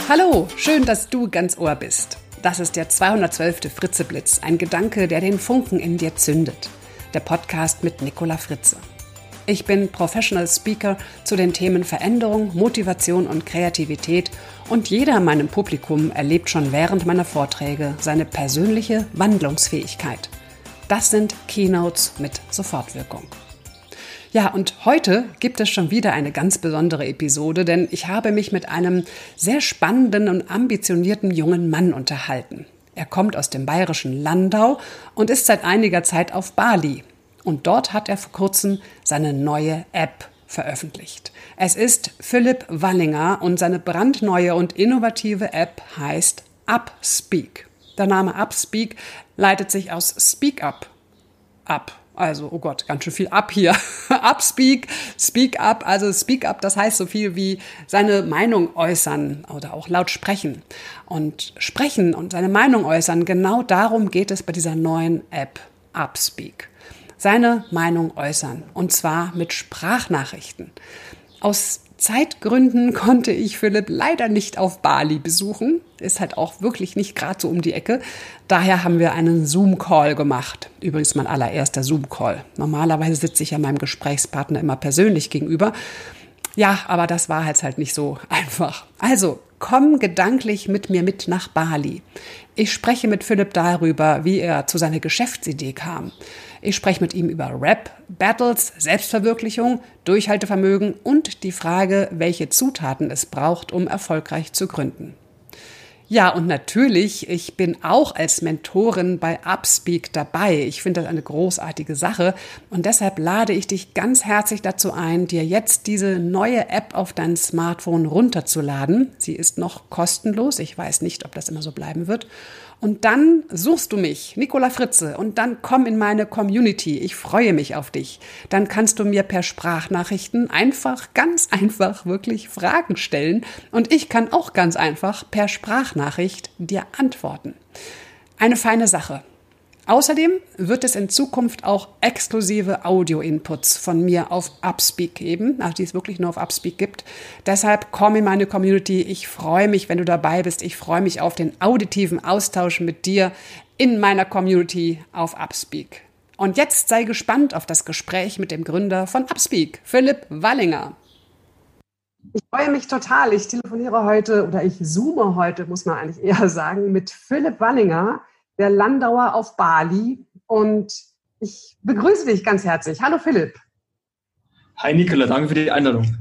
Hallo, schön, dass du ganz Ohr bist. Das ist der 212. Fritzeblitz, ein Gedanke, der den Funken in dir zündet. Der Podcast mit Nicola Fritze. Ich bin Professional Speaker zu den Themen Veränderung, Motivation und Kreativität und jeder in meinem Publikum erlebt schon während meiner Vorträge seine persönliche Wandlungsfähigkeit. Das sind Keynotes mit Sofortwirkung. Ja, und heute gibt es schon wieder eine ganz besondere Episode, denn ich habe mich mit einem sehr spannenden und ambitionierten jungen Mann unterhalten. Er kommt aus dem bayerischen Landau und ist seit einiger Zeit auf Bali. Und dort hat er vor kurzem seine neue App veröffentlicht. Es ist Philipp Wallinger und seine brandneue und innovative App heißt Upspeak. Der Name Upspeak leitet sich aus Speak Up ab. Also, oh Gott, ganz schön viel ab hier. Upspeak, Speak Up, also Speak Up, das heißt so viel wie seine Meinung äußern oder auch laut sprechen. Und sprechen und seine Meinung äußern, genau darum geht es bei dieser neuen App Upspeak. Seine Meinung äußern, und zwar mit Sprachnachrichten. Aus Zeitgründen konnte ich Philipp leider nicht auf Bali besuchen. Ist halt auch wirklich nicht gerade so um die Ecke. Daher haben wir einen Zoom-Call gemacht. Übrigens mein allererster Zoom-Call. Normalerweise sitze ich ja meinem Gesprächspartner immer persönlich gegenüber. Ja, aber das war halt nicht so einfach. Also, komm gedanklich mit mir mit nach Bali. Ich spreche mit Philipp darüber, wie er zu seiner Geschäftsidee kam. Ich spreche mit ihm über Rap, Battles, Selbstverwirklichung, Durchhaltevermögen und die Frage, welche Zutaten es braucht, um erfolgreich zu gründen. Ja, und natürlich, ich bin auch als Mentorin bei Upspeak dabei. Ich finde das eine großartige Sache und deshalb lade ich dich ganz herzlich dazu ein, dir jetzt diese neue App auf dein Smartphone runterzuladen. Sie ist noch kostenlos. Ich weiß nicht, ob das immer so bleiben wird. Und dann suchst du mich, Nicola Fritze, und dann komm in meine Community. Ich freue mich auf dich. Dann kannst du mir per Sprachnachrichten ganz einfach wirklich Fragen stellen. Und ich kann auch ganz einfach per Sprachnachricht dir antworten. Eine feine Sache. Außerdem wird es in Zukunft auch exklusive Audio-Inputs von mir auf Upspeak geben, also die es wirklich nur auf Upspeak gibt. Deshalb komm in meine Community. Ich freue mich, wenn du dabei bist. Ich freue mich auf den auditiven Austausch mit dir in meiner Community auf Upspeak. Und jetzt sei gespannt auf das Gespräch mit dem Gründer von Upspeak, Philipp Wallinger. Ich freue mich total. Ich telefoniere heute oder ich zoome heute, muss man eigentlich eher sagen, mit Philipp Wallinger, der Landauer auf Bali. Und ich begrüße dich ganz herzlich. Hallo Philipp. Hi Nicola, danke für die Einladung.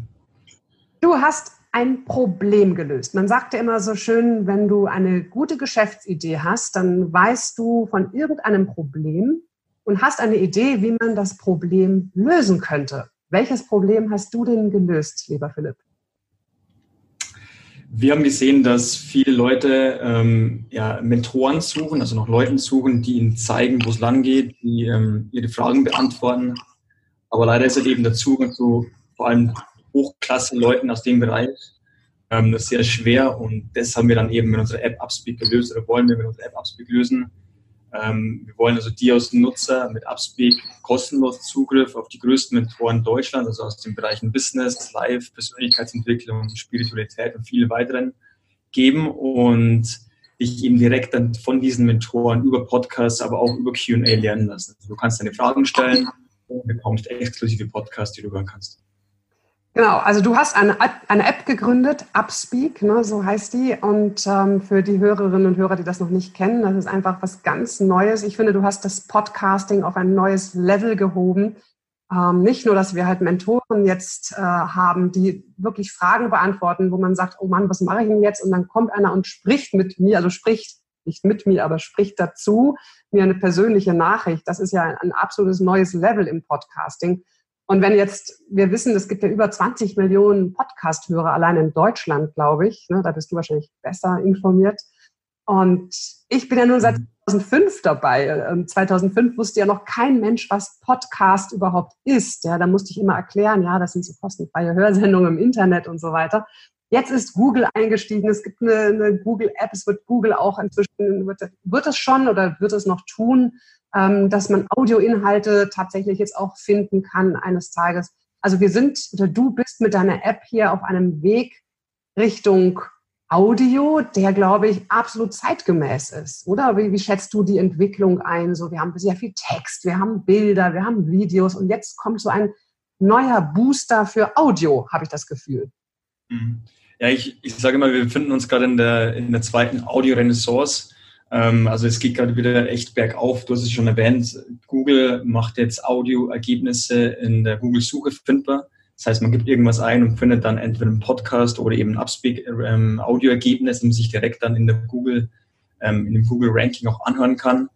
Du hast ein Problem gelöst. Man sagt ja immer so schön, wenn du eine gute Geschäftsidee hast, dann weißt du von irgendeinem Problem und hast eine Idee, wie man das Problem lösen könnte. Welches Problem hast du denn gelöst, lieber Philipp? Wir haben gesehen, dass viele Leute Mentoren suchen, also nach Leuten suchen, die ihnen zeigen, wo es lang geht, die ihre Fragen beantworten. Aber leider ist halt eben der Zugang zu vor allem Hochklasse-Leuten aus dem Bereich das sehr schwer. Und das haben wir dann eben mit unserer App Upspeak gelöst oder wollen wir mit unserer App Upspeak lösen. Wir wollen also dir als Nutzer mit Upspeak kostenlos Zugriff auf die größten Mentoren Deutschlands, also aus den Bereichen Business, Life, Persönlichkeitsentwicklung, Spiritualität und viele weiteren geben und dich eben direkt dann von diesen Mentoren über Podcasts, aber auch über Q&A lernen lassen. Also du kannst deine Fragen stellen und bekommst exklusive Podcasts, die du hören kannst. Genau, also du hast eine App gegründet, Upspeak, ne, so heißt die. Und für die Hörerinnen und Hörer, die das noch nicht kennen, das ist einfach was ganz Neues. Ich finde, du hast das Podcasting auf ein neues Level gehoben. Nicht nur, dass wir halt Mentoren jetzt haben, die wirklich Fragen beantworten, wo man sagt, oh Mann, was mache ich denn jetzt? Und dann kommt einer und spricht mit mir, also spricht nicht mit mir, aber spricht dazu, mir eine persönliche Nachricht. Das ist ja ein absolutes neues Level im Podcasting. Und wenn jetzt, wir wissen, es gibt ja über 20 Millionen Podcast-Hörer allein in Deutschland, glaube ich, ne, da bist du wahrscheinlich besser informiert. Und ich bin ja nur seit 2005 dabei. 2005 wusste ja noch kein Mensch, was Podcast überhaupt ist. Ja, da musste ich immer erklären, ja, das sind so kostenfreie Hörsendungen im Internet und so weiter. Jetzt ist Google eingestiegen, es gibt eine Google-App, es wird Google auch inzwischen, wird es schon oder wird es noch tun, dass man Audioinhalte tatsächlich jetzt auch finden kann eines Tages. Also wir sind, oder du bist mit deiner App hier auf einem Weg Richtung Audio, der, glaube ich, absolut zeitgemäß ist, oder? Wie schätzt du die Entwicklung ein? So, wir haben sehr viel Text, wir haben Bilder, wir haben Videos und jetzt kommt so ein neuer Booster für Audio, habe ich das Gefühl. Ja, ich sage immer, wir befinden uns gerade in der zweiten Audio-Renaissance. Also es geht gerade wieder echt bergauf. Du hast es schon erwähnt, Google macht jetzt Audioergebnisse in der Google-Suche findbar. Das heißt, man gibt irgendwas ein und findet dann entweder einen Podcast oder eben ein Upspeak-Audioergebnis, das man sich direkt dann in dem Google-Ranking auch anhören kann.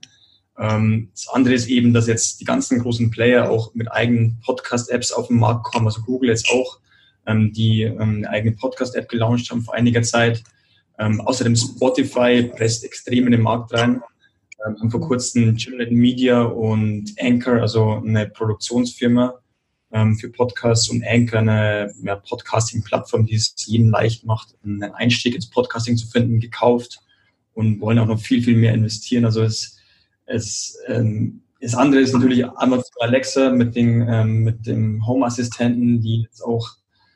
Das andere ist eben, dass jetzt die ganzen großen Player auch mit eigenen Podcast-Apps auf den Markt kommen. Also Google jetzt auch die eine eigene Podcast-App gelauncht haben vor einiger Zeit. Außerdem Spotify presst extrem in den Markt rein. Haben vor kurzem Gimlet Media und Anchor, also eine Produktionsfirma für Podcasts, und Anchor, eine Podcasting-Plattform, die es jedem leicht macht, einen Einstieg ins Podcasting zu finden, gekauft und wollen auch noch viel, viel mehr investieren. Also das andere ist natürlich Amazon Alexa mit dem Home-Assistenten, die jetzt auch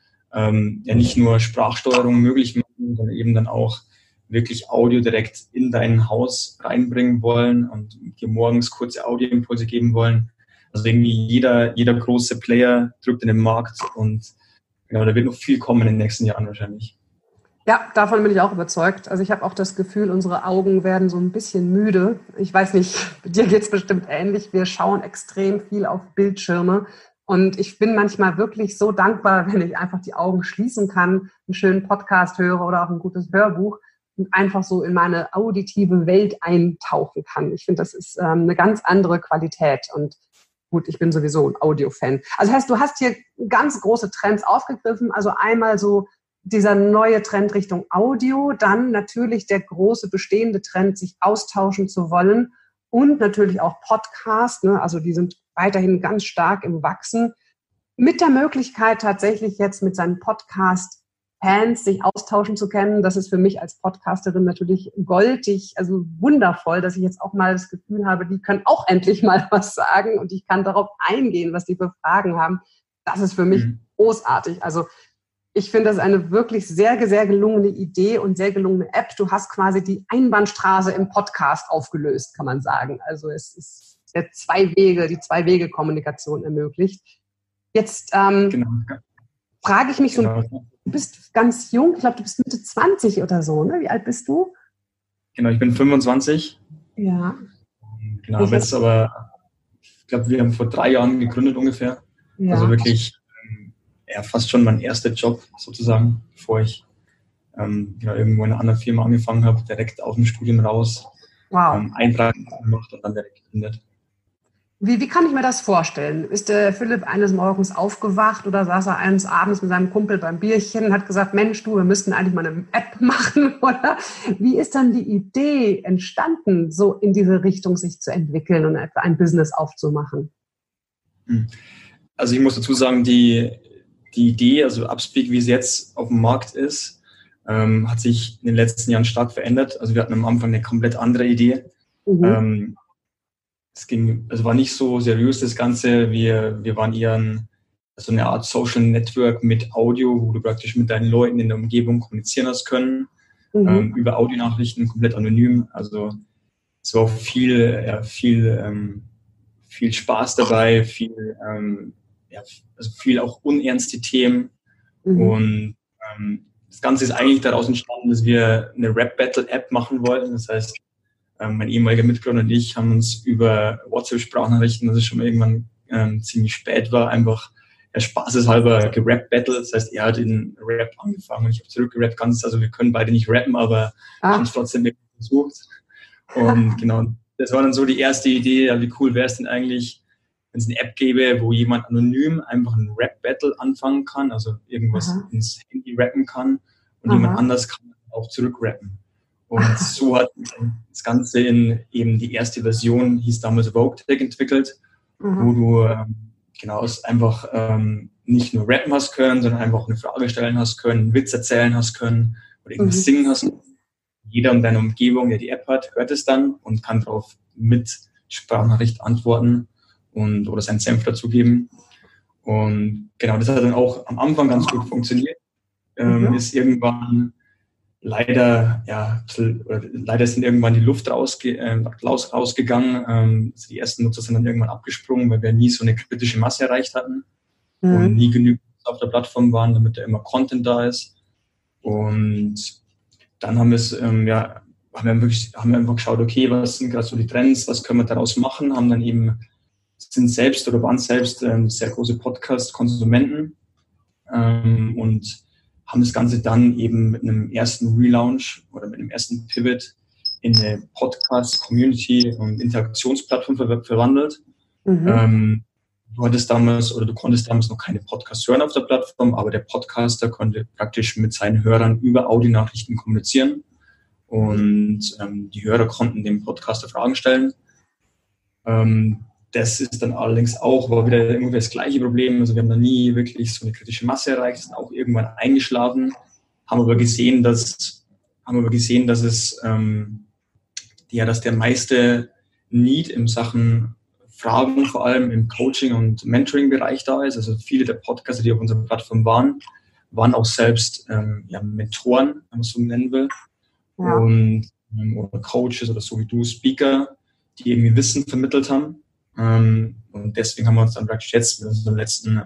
nicht nur Sprachsteuerung möglich machen, sondern eben dann auch wirklich Audio direkt in dein Haus reinbringen wollen und dir morgens kurze Audioimpulse geben wollen. Also irgendwie jeder große Player drückt in den Markt und genau, da wird noch viel kommen in den nächsten Jahren wahrscheinlich. Ja, davon bin ich auch überzeugt. Also ich habe auch das Gefühl, unsere Augen werden so ein bisschen müde. Ich weiß nicht, dir geht's bestimmt ähnlich. Wir schauen extrem viel auf Bildschirme. Und ich bin manchmal wirklich so dankbar, wenn ich einfach die Augen schließen kann, einen schönen Podcast höre oder auch ein gutes Hörbuch und einfach so in meine auditive Welt eintauchen kann. Ich finde, das ist eine ganz andere Qualität. Und gut, ich bin sowieso ein Audio-Fan. Also das heißt, du hast hier ganz große Trends aufgegriffen. Also einmal so dieser neue Trend Richtung Audio, dann natürlich der große bestehende Trend, sich austauschen zu wollen und natürlich auch Podcast, ne? Also die sind weiterhin ganz stark im Wachsen, mit der Möglichkeit tatsächlich jetzt mit seinen Podcast-Fans sich austauschen zu können. Das ist für mich als Podcasterin natürlich goldig, also wundervoll, dass ich jetzt auch mal das Gefühl habe, die können auch endlich mal was sagen und ich kann darauf eingehen, was die für Fragen haben. Das ist für mich großartig. Also ich finde, das ist eine wirklich sehr, sehr gelungene Idee und sehr gelungene App. Du hast quasi die Einbahnstraße im Podcast aufgelöst, kann man sagen. Also es ist die Zwei-Wege-Kommunikation ermöglicht. Jetzt frage ich mich so, du bist ganz jung, ich glaube, du bist Mitte 20 oder so, ne? Wie alt bist du? Genau, ich bin 25. Ja. Genau, jetzt aber, ich glaube, wir haben vor 3 Jahren gegründet ungefähr. Ja. Also wirklich fast schon mein erster Job sozusagen, bevor ich irgendwo in einer anderen Firma angefangen habe, direkt aus dem Studium raus. Wow. Eintrag gemacht und dann direkt gegründet. Wie kann ich mir das vorstellen? Ist der Philipp eines Morgens aufgewacht oder saß er eines Abends mit seinem Kumpel beim Bierchen und hat gesagt, Mensch, wir müssten eigentlich mal eine App machen, oder? Wie ist dann die Idee entstanden, so in diese Richtung sich zu entwickeln und ein Business aufzumachen? Also ich muss dazu sagen, die Idee, also Upspeak, wie es jetzt auf dem Markt ist, hat sich in den letzten Jahren stark verändert. Also wir hatten am Anfang eine komplett andere Idee. Es war nicht so seriös, das Ganze. Wir waren eher so eine Art Social Network mit Audio, wo du praktisch mit deinen Leuten in der Umgebung kommunizieren hast können, über Audionachrichten, komplett anonym. Also es war auch viel Spaß dabei, viel auch unernste Themen. Und das Ganze ist eigentlich daraus entstanden, dass wir eine Rap-Battle-App machen wollten. Das heißt, mein ehemaliger Mitgründer und ich haben uns über WhatsApp-Sprachnachrichten, dass es schon irgendwann ziemlich spät war, einfach spaßeshalber gerappt-battelt. Das heißt, er hat in Rap angefangen und ich habe zurückgerappt. Also wir können beide nicht rappen, aber haben es trotzdem versucht. Und genau, das war dann so die erste Idee, ja, wie cool wäre es denn eigentlich, wenn es eine App gäbe, wo jemand anonym einfach ein Rap-Battle anfangen kann, also irgendwas ins Handy rappen kann und jemand anders kann auch zurückrappen. Und so hat das Ganze in eben die erste Version, hieß damals VogueTech, entwickelt, wo du einfach nicht nur rappen hast können, sondern einfach eine Frage stellen hast können, einen Witz erzählen hast können oder irgendwas singen hast können. Jeder in deiner Umgebung, der die App hat, hört es dann und kann darauf mit Sprachnachricht antworten oder seinen Senf dazugeben. Und genau, das hat dann auch am Anfang ganz gut funktioniert. Ist irgendwann leider, leider ist dann irgendwann die Luft rausgegangen. Also die ersten Nutzer sind dann irgendwann abgesprungen, weil wir nie so eine kritische Masse erreicht hatten und nie genügend auf der Plattform waren, damit da immer Content da ist. Und dann haben wir einfach geschaut, okay, was sind gerade so die Trends, was können wir daraus machen, sind selbst oder waren selbst sehr große Podcast-Konsumenten und haben das Ganze dann eben mit einem ersten Relaunch oder mit einem ersten Pivot in eine Podcast-Community- und Interaktionsplattform verwandelt. Du konntest damals noch keine Podcasts hören auf der Plattform, aber der Podcaster konnte praktisch mit seinen Hörern über Audionachrichten kommunizieren und die Hörer konnten dem Podcaster Fragen stellen. Das ist dann allerdings war wieder irgendwie das gleiche Problem. Also wir haben da nie wirklich so eine kritische Masse erreicht, sind auch irgendwann eingeschlafen, haben aber gesehen, dass der meiste Need in Sachen Fragen, vor allem im Coaching- und Mentoring-Bereich da ist. Also viele der Podcaster, die auf unserer Plattform waren auch selbst Mentoren, wenn man es so nennen will. Ja. Oder Coaches oder so wie du, Speaker, die irgendwie Wissen vermittelt haben. Und deswegen haben wir uns dann praktisch jetzt mit unserem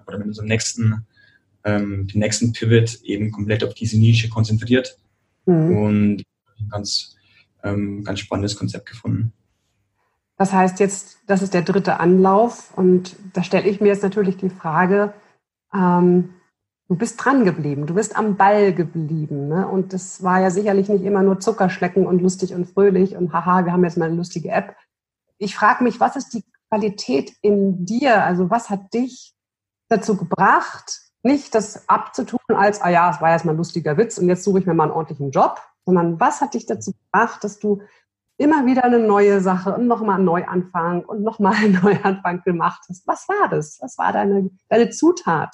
den nächsten Pivot eben komplett auf diese Nische konzentriert und ein ganz spannendes Konzept gefunden. Das heißt jetzt, das ist der 3. Anlauf und da stelle ich mir jetzt natürlich die Frage, du bist dran geblieben, du bist am Ball geblieben, ne? Und das war ja sicherlich nicht immer nur Zuckerschlecken und lustig und fröhlich und haha, wir haben jetzt mal eine lustige App. Ich frage mich, was ist die Qualität in dir? Also was hat dich dazu gebracht, nicht das abzutun als, es war jetzt mal ein lustiger Witz und jetzt suche ich mir mal einen ordentlichen Job, sondern was hat dich dazu gebracht, dass du immer wieder eine neue Sache und nochmal einen Neuanfang und nochmal einen Neuanfang gemacht hast? Was war das? Was war deine Zutat?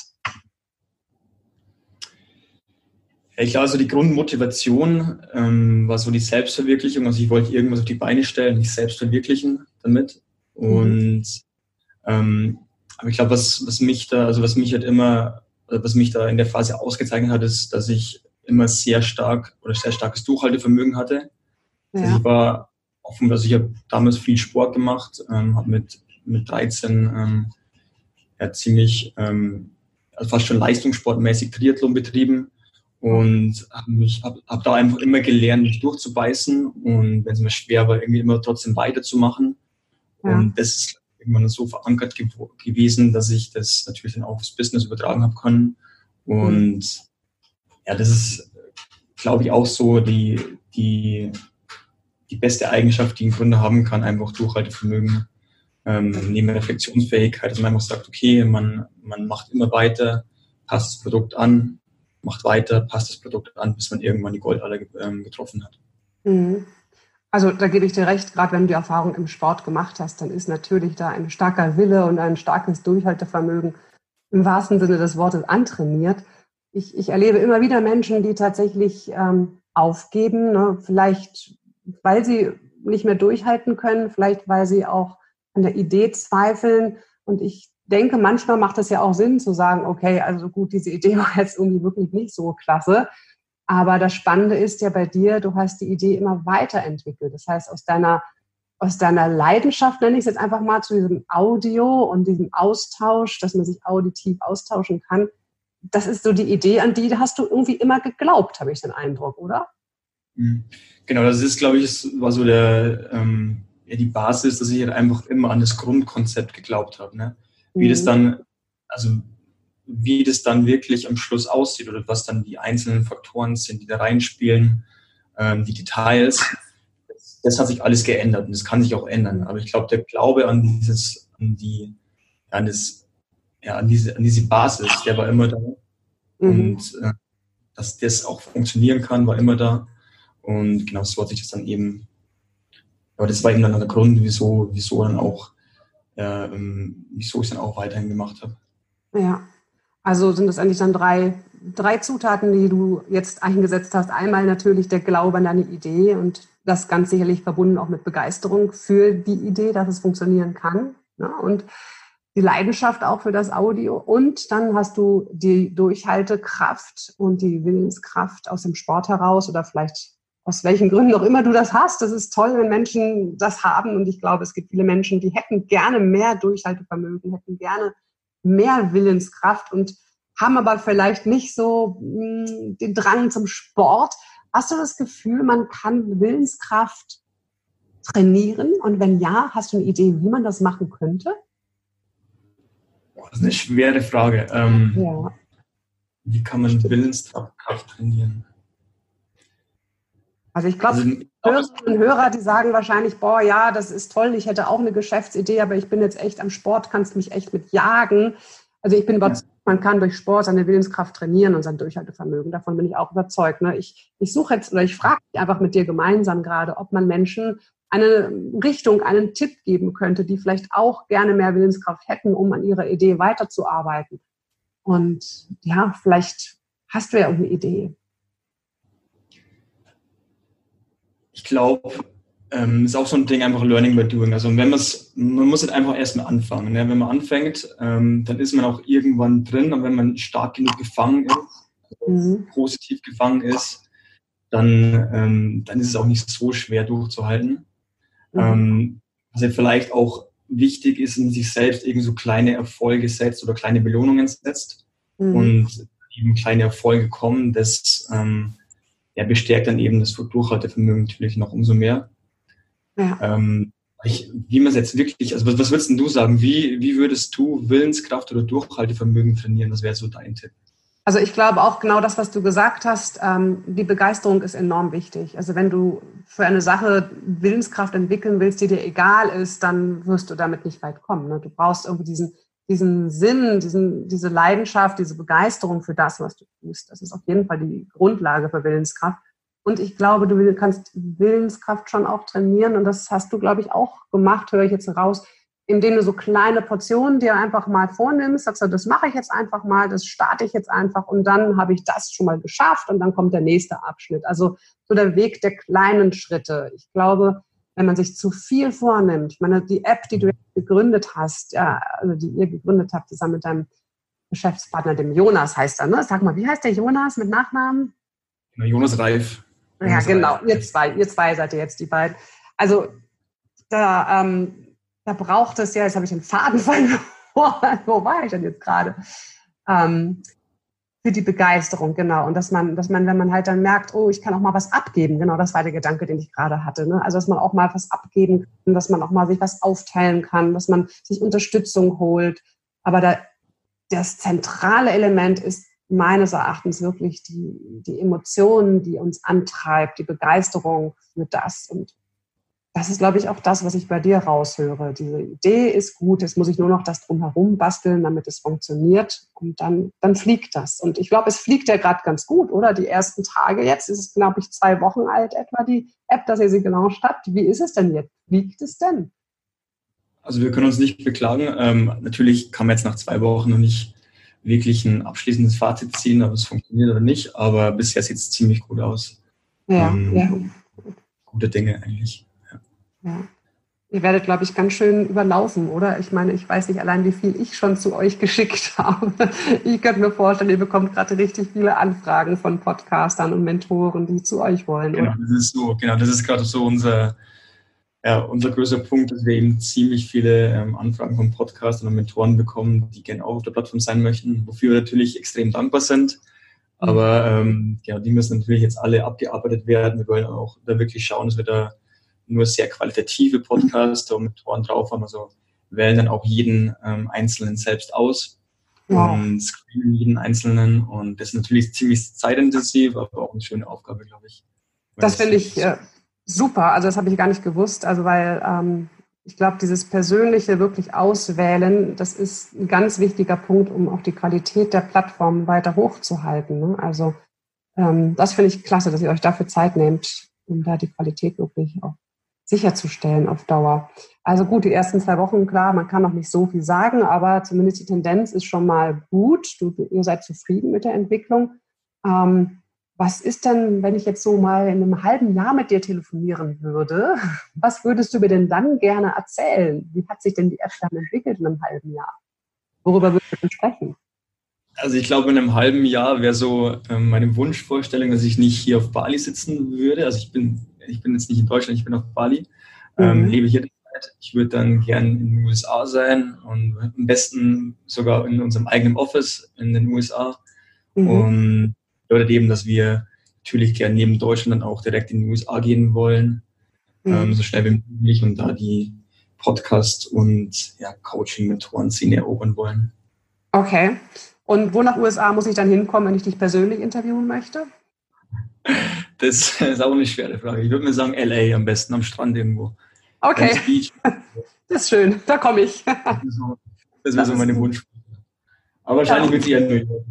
Ich glaube, also die Grundmotivation war so die Selbstverwirklichung. Also ich wollte irgendwas auf die Beine stellen, mich selbst verwirklichen damit. Und aber ich glaube, was mich da in der Phase ausgezeichnet hat, ist, dass ich immer sehr starkes Durchhaltevermögen hatte. Ja. Also ich war offen, ich habe damals viel Sport gemacht, habe mit 13 fast schon leistungssportmäßig Triathlon betrieben und habe da einfach immer gelernt, mich durchzubeißen und wenn es mir schwer war, irgendwie immer trotzdem weiterzumachen. Ja. Und das ist irgendwann so verankert gewesen, dass ich das natürlich dann auch aufs Business übertragen habe können. Und das ist, glaube ich, auch so die beste Eigenschaft, die ein Gründer haben kann, einfach Durchhaltevermögen, neben Reflexionsfähigkeit, dass man einfach sagt, okay, man macht immer weiter, passt das Produkt an, macht weiter, passt das Produkt an, bis man irgendwann die Goldadler getroffen hat. Also da gebe ich dir recht, gerade wenn du die Erfahrung im Sport gemacht hast, dann ist natürlich da ein starker Wille und ein starkes Durchhaltevermögen im wahrsten Sinne des Wortes antrainiert. Ich erlebe immer wieder Menschen, die tatsächlich aufgeben, ne? Vielleicht weil sie nicht mehr durchhalten können, vielleicht weil sie auch an der Idee zweifeln. Und ich denke, manchmal macht es ja auch Sinn zu sagen, okay, also gut, diese Idee war jetzt irgendwie wirklich nicht so klasse. Aber das Spannende ist ja bei dir, du hast die Idee immer weiterentwickelt. Das heißt, aus deiner Leidenschaft, nenne ich es jetzt einfach mal, zu diesem Audio und diesem Austausch, dass man sich auditiv austauschen kann, das ist so die Idee, an die hast du irgendwie immer geglaubt, habe ich den Eindruck, oder? Genau, das ist, glaube ich, war so die Basis, dass ich halt einfach immer an das Grundkonzept geglaubt habe, ne? Wie das dann wirklich am Schluss aussieht oder was dann die einzelnen Faktoren sind, die da reinspielen, die Details, das hat sich alles geändert und das kann sich auch ändern. Aber ich glaube, der Glaube an diese Basis, der war immer da. Und dass das auch funktionieren kann, war immer da. Und genau so hat sich das dann eben, aber das war eben dann der Grund, wieso ich es dann auch weiterhin gemacht habe. Ja, also sind das eigentlich dann drei Zutaten, die du jetzt eingesetzt hast. Einmal natürlich der Glaube an deine Idee und das ganz sicherlich verbunden auch mit Begeisterung für die Idee, dass es funktionieren kann. Ja, und die Leidenschaft auch für das Audio und dann hast du die Durchhaltekraft und die Willenskraft aus dem Sport heraus oder vielleicht aus welchen Gründen auch immer du das hast. Das ist toll, wenn Menschen das haben und ich glaube, es gibt viele Menschen, die hätten gerne mehr Durchhaltevermögen, hätten gerne mehr Willenskraft und haben aber vielleicht nicht so den Drang zum Sport. Hast du das Gefühl, man kann Willenskraft trainieren? Und wenn ja, hast du eine Idee, wie man das machen könnte? Das ist eine schwere Frage. Ja. Wie kann man Willenskraft trainieren? Also ich glaube, Hörerinnen und Hörer, die sagen wahrscheinlich, boah, ja, das ist toll, ich hätte auch eine Geschäftsidee, aber ich bin jetzt echt am Sport, kannst mich echt mit jagen. Also ich bin überzeugt, man kann durch Sport seine Willenskraft trainieren und sein Durchhaltevermögen. Davon bin ich auch überzeugt. Ne? Ich suche jetzt, oder ich frage dich einfach mit dir gemeinsam gerade, ob man Menschen eine Richtung, einen Tipp geben könnte, die vielleicht auch gerne mehr Willenskraft hätten, um an ihrer Idee weiterzuarbeiten. Und ja, vielleicht hast du ja irgendeine Idee. Ich glaube, ist auch so ein Ding, einfach Learning by Doing. Also man muss halt einfach erstmal anfangen. Ne? Wenn man anfängt, dann ist man auch irgendwann drin. Und wenn man stark genug gefangen ist, positiv gefangen ist, dann ist es auch nicht so schwer durchzuhalten. Was ja vielleicht auch wichtig ist, in sich selbst eben so kleine Erfolge setzt oder kleine Belohnungen setzt und eben kleine Erfolge kommen, das bestärkt dann eben das Durchhaltevermögen natürlich noch umso mehr. Ja. Wie man es jetzt wirklich, also was würdest denn du sagen? Wie würdest du Willenskraft oder Durchhaltevermögen trainieren? Das wäre so dein Tipp. Also ich glaube auch genau das, was du gesagt hast, die Begeisterung ist enorm wichtig. Also wenn du für eine Sache Willenskraft entwickeln willst, die dir egal ist, dann wirst du damit nicht weit kommen. Ne? Du brauchst irgendwie diesen Sinn, diese Leidenschaft, diese Begeisterung für das, was du tust. Das ist auf jeden Fall die Grundlage für Willenskraft. Und ich glaube, du kannst Willenskraft schon auch trainieren. Und das hast du, glaube ich, auch gemacht, höre ich jetzt raus, indem du so kleine Portionen dir einfach mal vornimmst, sagst du, das mache ich jetzt einfach mal, das starte ich jetzt einfach und dann habe ich das schon mal geschafft und dann kommt der nächste Abschnitt. Also so der Weg der kleinen Schritte. Ich glaube, wenn man sich zu viel vornimmt, ich meine, die App, die du jetzt gegründet hast, ja, also die ihr gegründet habt, zusammen mit deinem Geschäftspartner, dem Jonas heißt er, ne? Sag mal, wie heißt der Jonas mit Nachnamen? Jonas Reif. Ja, genau, ihr zwei seid ihr jetzt die beiden. Also da braucht es ja, jetzt habe ich den Faden verloren, wo war ich denn jetzt gerade? Für die Begeisterung, genau. Und dass man, wenn man halt dann merkt, oh, ich kann auch mal was abgeben, genau, das war der Gedanke, den ich gerade hatte. Ne? Also, dass man auch mal was abgeben kann, dass man auch mal sich was aufteilen kann, dass man sich Unterstützung holt. Aber das zentrale Element ist meines Erachtens wirklich die Emotionen, die uns antreibt, die Begeisterung für das. Und das ist, glaube ich, auch das, was ich bei dir raushöre. Diese Idee ist gut, jetzt muss ich nur noch das drumherum basteln, damit es funktioniert und dann fliegt das. Und ich glaube, es fliegt ja gerade ganz gut, oder? Die ersten Tage jetzt ist es, glaube ich, 2 Wochen alt etwa, die App, dass ihr sie gelauncht habt. Wie ist es denn jetzt? Fliegt es denn? Also wir können uns nicht beklagen. Natürlich kann man jetzt nach 2 Wochen noch nicht wirklich ein abschließendes Fazit ziehen, ob es funktioniert oder nicht, aber bisher sieht es ziemlich gut aus. Ja. Gute Dinge eigentlich. Ja. Ihr werdet, glaube ich, ganz schön überlaufen, oder? Ich meine, ich weiß nicht allein, wie viel ich schon zu euch geschickt habe. Ich könnte mir vorstellen, ihr bekommt gerade richtig viele Anfragen von Podcastern und Mentoren, die zu euch wollen. Genau, das ist gerade so unser größter Punkt, dass wir eben ziemlich viele Anfragen von Podcastern und Mentoren bekommen, die gerne auch auf der Plattform sein möchten, wofür wir natürlich extrem dankbar sind. Aber die müssen natürlich jetzt alle abgearbeitet werden. Wir wollen auch da wirklich schauen, dass wir da nur sehr qualitative Podcaster und Mentoren drauf haben. Also wählen dann auch jeden Einzelnen selbst aus und screenen jeden Einzelnen. Und das ist natürlich ziemlich zeitintensiv, aber auch eine schöne Aufgabe, glaube ich. Das finde ich super. Also das habe ich gar nicht gewusst. Also weil ich glaube, dieses persönliche wirklich Auswählen, das ist ein ganz wichtiger Punkt, um auch die Qualität der Plattform weiter hochzuhalten. Ne? Also das finde ich klasse, dass ihr euch dafür Zeit nehmt, um da die Qualität wirklich auch sicherzustellen auf Dauer. Also gut, die ersten 2 Wochen, klar, man kann noch nicht so viel sagen, aber zumindest die Tendenz ist schon mal gut. Ihr seid zufrieden mit der Entwicklung. Was ist denn, wenn ich jetzt so mal in einem halben Jahr mit dir telefonieren würde? Was würdest du mir denn dann gerne erzählen? Wie hat sich denn die App dann entwickelt in einem halben Jahr? Worüber würdest du denn sprechen? Also ich glaube, in einem halben Jahr wäre so meine Wunschvorstellung, dass ich nicht hier auf Bali sitzen würde. Also ich bin jetzt nicht in Deutschland, ich bin auf Bali, lebe hier derzeit. Ich würde dann gern in den USA sein und am besten sogar in unserem eigenen Office in den USA. Und bedeutet eben, dass wir natürlich gern neben Deutschland dann auch direkt in die USA gehen wollen, so schnell wie möglich und da die Podcast- und Coaching-Mentoren-Szene erobern wollen. Okay. Und wo nach USA muss ich dann hinkommen, wenn ich dich persönlich interviewen möchte? Das ist auch eine schwere Frage. Ich würde mir sagen, LA am besten, am Strand irgendwo. Okay, Beach. das ist schön, da komme ich. Das wäre so meine Wunsch. Aber wahrscheinlich wird es eher New York,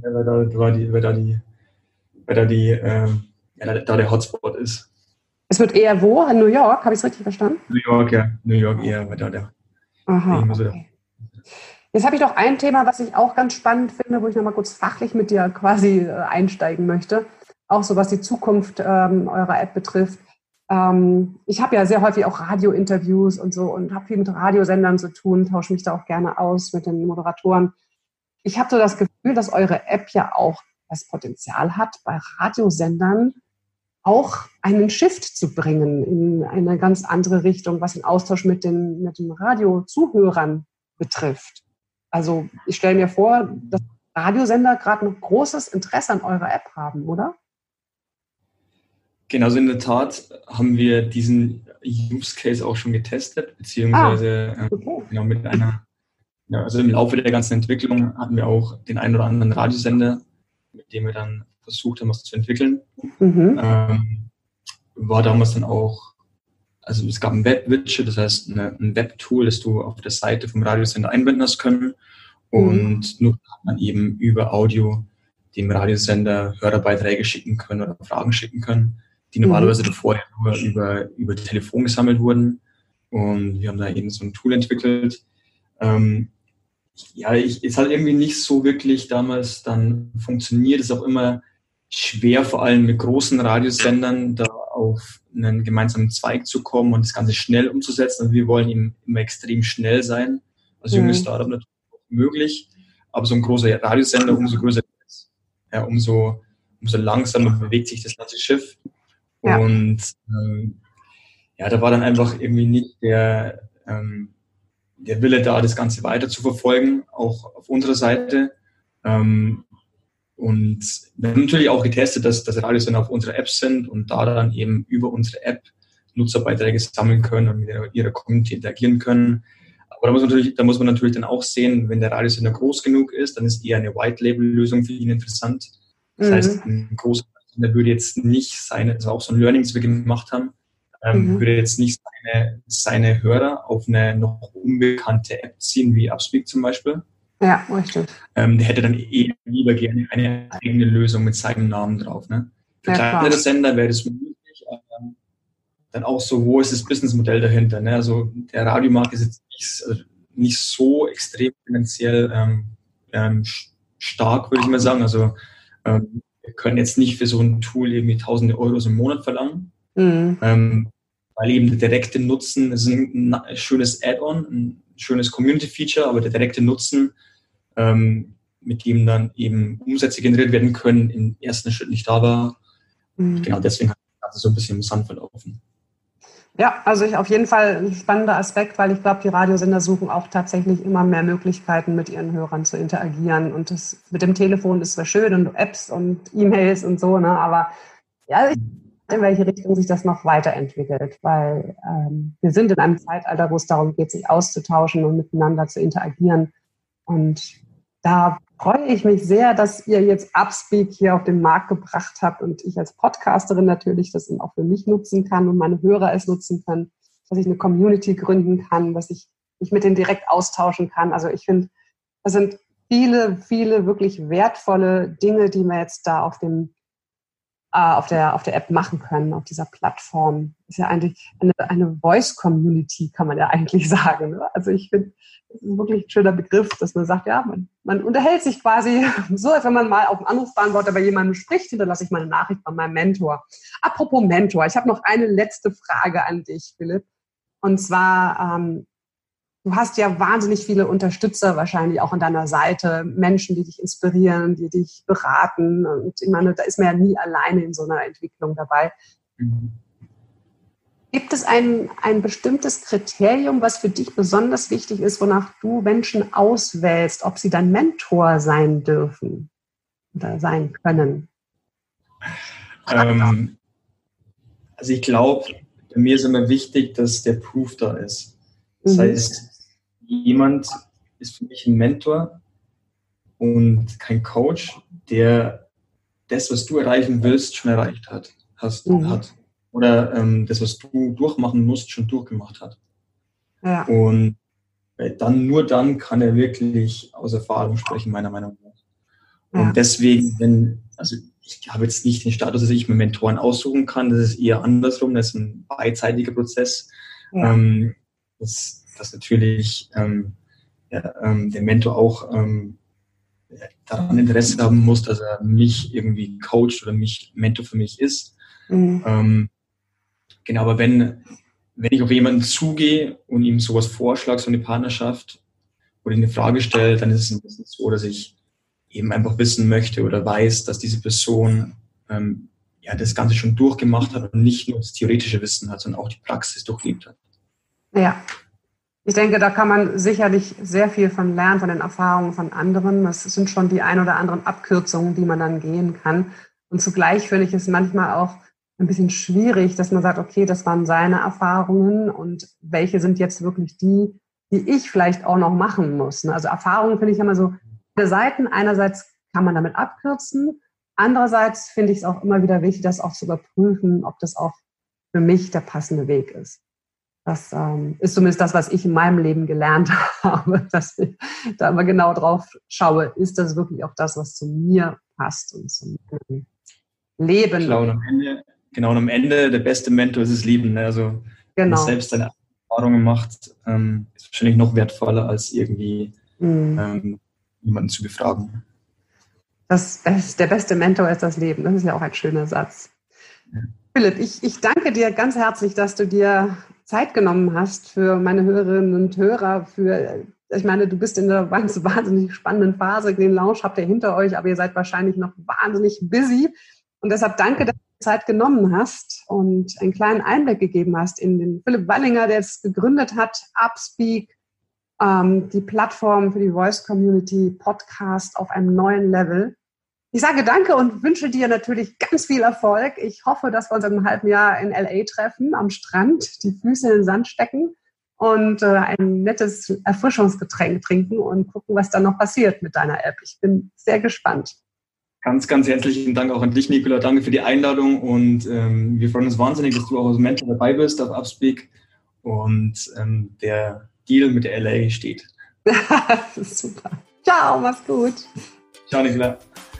weil da der Hotspot ist. Es wird eher wo? In New York? Habe ich es richtig verstanden? New York, ja. New York eher, weil da der. Aha, okay. Jetzt habe ich noch ein Thema, was ich auch ganz spannend finde, wo ich nochmal kurz fachlich mit dir quasi einsteigen möchte. Auch so, was die Zukunft eurer App betrifft. Ich habe ja sehr häufig auch Radiointerviews und so und habe viel mit Radiosendern zu tun, tausche mich da auch gerne aus mit den Moderatoren. Ich habe so das Gefühl, dass eure App ja auch das Potenzial hat, bei Radiosendern auch einen Shift zu bringen in eine ganz andere Richtung, was den Austausch mit den Radiozuhörern betrifft. Also ich stelle mir vor, dass Radiosender gerade ein großes Interesse an eurer App haben, oder? Genau, also in der Tat haben wir diesen Use Case auch schon getestet, beziehungsweise genau mit also im Laufe der ganzen Entwicklung hatten wir auch den einen oder anderen Radiosender, mit dem wir dann versucht haben, was zu entwickeln. War damals dann auch, also es gab ein Web-Widget, das heißt ein Web-Tool, das du auf der Seite vom Radiosender einbinden hast können. Und nun hat man eben über Audio dem Radiosender Hörerbeiträge schicken können oder Fragen schicken können, die normalerweise vorher nur über Telefon gesammelt wurden. Und wir haben da eben so ein Tool entwickelt. Es hat irgendwie nicht so wirklich damals dann funktioniert. Es ist auch immer schwer, vor allem mit großen Radiosendern, da auf einen gemeinsamen Zweig zu kommen und das Ganze schnell umzusetzen. Also wir wollen eben immer extrem schnell sein. Als junges Startup natürlich auch möglich, aber so ein großer Radiosender, umso größer ist, umso langsamer bewegt sich das ganze Schiff. Ja. Und da war dann einfach irgendwie nicht der Wille da, das Ganze weiter zu verfolgen, auch auf unserer Seite. Und wir haben natürlich auch getestet, dass Radiosender auf unserer App sind und da dann eben über unsere App Nutzerbeiträge sammeln können und mit ihrer Community interagieren können. Aber da muss man natürlich dann auch sehen, wenn der Radiosender groß genug ist, dann ist eher eine White-Label-Lösung für ihn interessant. Das heißt, ein großer Sender würde jetzt nicht also auch so ein Learning, das wir gemacht haben, würde jetzt nicht seine Hörer auf eine noch unbekannte App ziehen, wie Upspeak zum Beispiel. Ja, richtig. Der hätte dann lieber gerne eine eigene Lösung mit seinem Namen drauf. Ne? Für kleinere Sender wäre das möglich. Dann auch so, wo ist das Businessmodell dahinter? Ne? Also der Radiomarkt ist jetzt nicht so extrem finanziell stark, würde ich mal sagen. Also wir können jetzt nicht für so ein Tool irgendwie tausende Euros im Monat verlangen. Weil eben der direkte Nutzen, es ist ein schönes Add-on, ein schönes Community-Feature, aber der direkte Nutzen, mit dem dann eben Umsätze generiert werden können, im ersten Schritt nicht da war. Genau deswegen hat das Ganze so ein bisschen im Sand verlaufen. Ja, also auf jeden Fall ein spannender Aspekt, weil ich glaube, die Radiosender suchen auch tatsächlich immer mehr Möglichkeiten, mit ihren Hörern zu interagieren. Und das mit dem Telefon ist zwar schön und Apps und E-Mails und so, ne, aber ja, ich weiß, in welche Richtung sich das noch weiterentwickelt, weil wir sind in einem Zeitalter, wo es darum geht, sich auszutauschen und miteinander zu interagieren. Und da freue ich mich sehr, dass ihr jetzt Upspeak hier auf den Markt gebracht habt und ich als Podcasterin natürlich das dann auch für mich nutzen kann und meine Hörer es nutzen können, dass ich eine Community gründen kann, dass ich mich mit denen direkt austauschen kann. Also ich finde, das sind viele, viele wirklich wertvolle Dinge, die wir jetzt da auf der App machen können, auf dieser Plattform. Ist ja eigentlich eine Voice-Community, kann man ja eigentlich sagen. Ne? Also ich finde, das ist wirklich ein schöner Begriff, dass man sagt, ja, man unterhält sich quasi so, als wenn man mal auf dem Anrufbeantworter bei jemandem spricht, hinterlasse ich mal eine Nachricht von meinem Mentor. Apropos Mentor, ich habe noch eine letzte Frage an dich, Philipp. Und zwar, du hast ja wahnsinnig viele Unterstützer wahrscheinlich auch an deiner Seite, Menschen, die dich inspirieren, die dich beraten. Und ich meine, da ist man ja nie alleine in so einer Entwicklung dabei. Mhm. Gibt es ein bestimmtes Kriterium, was für dich besonders wichtig ist, wonach du Menschen auswählst, ob sie dein Mentor sein dürfen oder sein können? Also ich glaube, bei mir ist immer wichtig, dass der Proof da ist. Das heißt, jemand ist für mich ein Mentor und kein Coach, der das, was du erreichen willst, schon erreicht hat. Oder das, was du durchmachen musst, schon durchgemacht hat. Ja. Und nur dann kann er wirklich aus Erfahrung sprechen, meiner Meinung nach. Ja. Und deswegen, ich habe jetzt nicht den Status, dass ich mir Mentoren aussuchen kann, das ist eher andersrum, das ist ein beidseitiger Prozess. Ja. Dass natürlich der Mentor auch daran Interesse haben muss, dass er mich irgendwie coacht oder Mentor für mich ist. Mhm. Genau, aber wenn ich auf jemanden zugehe und ihm sowas vorschlage, so eine Partnerschaft oder eine Frage stelle, dann ist es ein bisschen so, dass ich eben einfach wissen möchte oder weiß, dass diese Person das Ganze schon durchgemacht hat und nicht nur das theoretische Wissen hat, sondern auch die Praxis durchlebt hat. Ja, ich denke, da kann man sicherlich sehr viel von lernen, von den Erfahrungen von anderen. Das sind schon die ein oder anderen Abkürzungen, die man dann gehen kann. Und zugleich finde ich es manchmal auch ein bisschen schwierig, dass man sagt, okay, das waren seine Erfahrungen und welche sind jetzt wirklich die ich vielleicht auch noch machen muss. Also Erfahrungen finde ich immer so beide Seiten. Einerseits kann man damit abkürzen, andererseits finde ich es auch immer wieder wichtig, das auch zu überprüfen, ob das auch für mich der passende Weg ist. Das ist zumindest das, was ich in meinem Leben gelernt habe, dass ich da immer genau drauf schaue, ist das wirklich auch das, was zu mir passt und zu meinem Leben. Und am Ende der beste Mentor ist das Leben. Ne? Also wenn man selbst seine Erfahrungen macht, ist wahrscheinlich noch wertvoller, als irgendwie jemanden zu befragen. Der beste Mentor ist das Leben. Das ist ja auch ein schöner Satz. Ja. Philipp, ich danke dir ganz herzlich, dass du dir Zeit genommen hast für meine Hörerinnen und Hörer. Ich meine, du bist in einer wahnsinnig spannenden Phase. Den Launch habt ihr hinter euch, aber ihr seid wahrscheinlich noch wahnsinnig busy. Und deshalb danke, dass du dir Zeit genommen hast und einen kleinen Einblick gegeben hast in den Philipp Wallinger, der es gegründet hat, Upspeak, die Plattform für die Voice Community, Podcast auf einem neuen Level. Ich sage danke und wünsche dir natürlich ganz viel Erfolg. Ich hoffe, dass wir uns in einem halben Jahr in LA treffen, am Strand, die Füße in den Sand stecken und ein nettes Erfrischungsgetränk trinken und gucken, was dann noch passiert mit deiner App. Ich bin sehr gespannt. Ganz, ganz herzlichen Dank auch an dich, Nicola. Danke für die Einladung und wir freuen uns wahnsinnig, dass du auch als Mentor dabei bist auf Upspeak und der Deal mit der LA steht. Das ist super. Ciao, mach's gut. Ciao, Nicola.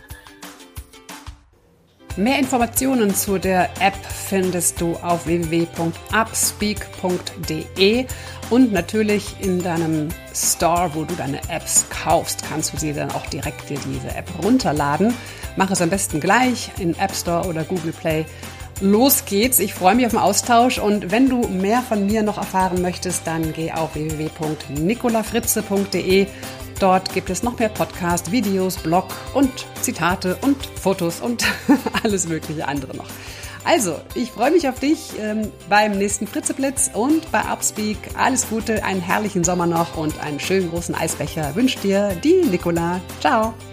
Mehr Informationen zu der App findest du auf www.upspeak.de und natürlich in deinem Store, wo du deine Apps kaufst, kannst du sie dann auch direkt dir diese App runterladen. Mach es am besten gleich in App Store oder Google Play. Los geht's, ich freue mich auf den Austausch und wenn du mehr von mir noch erfahren möchtest, dann geh auf www.nicolafritze.de. Dort gibt es noch mehr Podcast, Videos, Blog und Zitate und Fotos und alles mögliche andere noch. Also, ich freue mich auf dich beim nächsten Fritzeblitz und bei Upspeak. Alles Gute, einen herrlichen Sommer noch und einen schönen großen Eisbecher wünscht dir die Nicola. Ciao!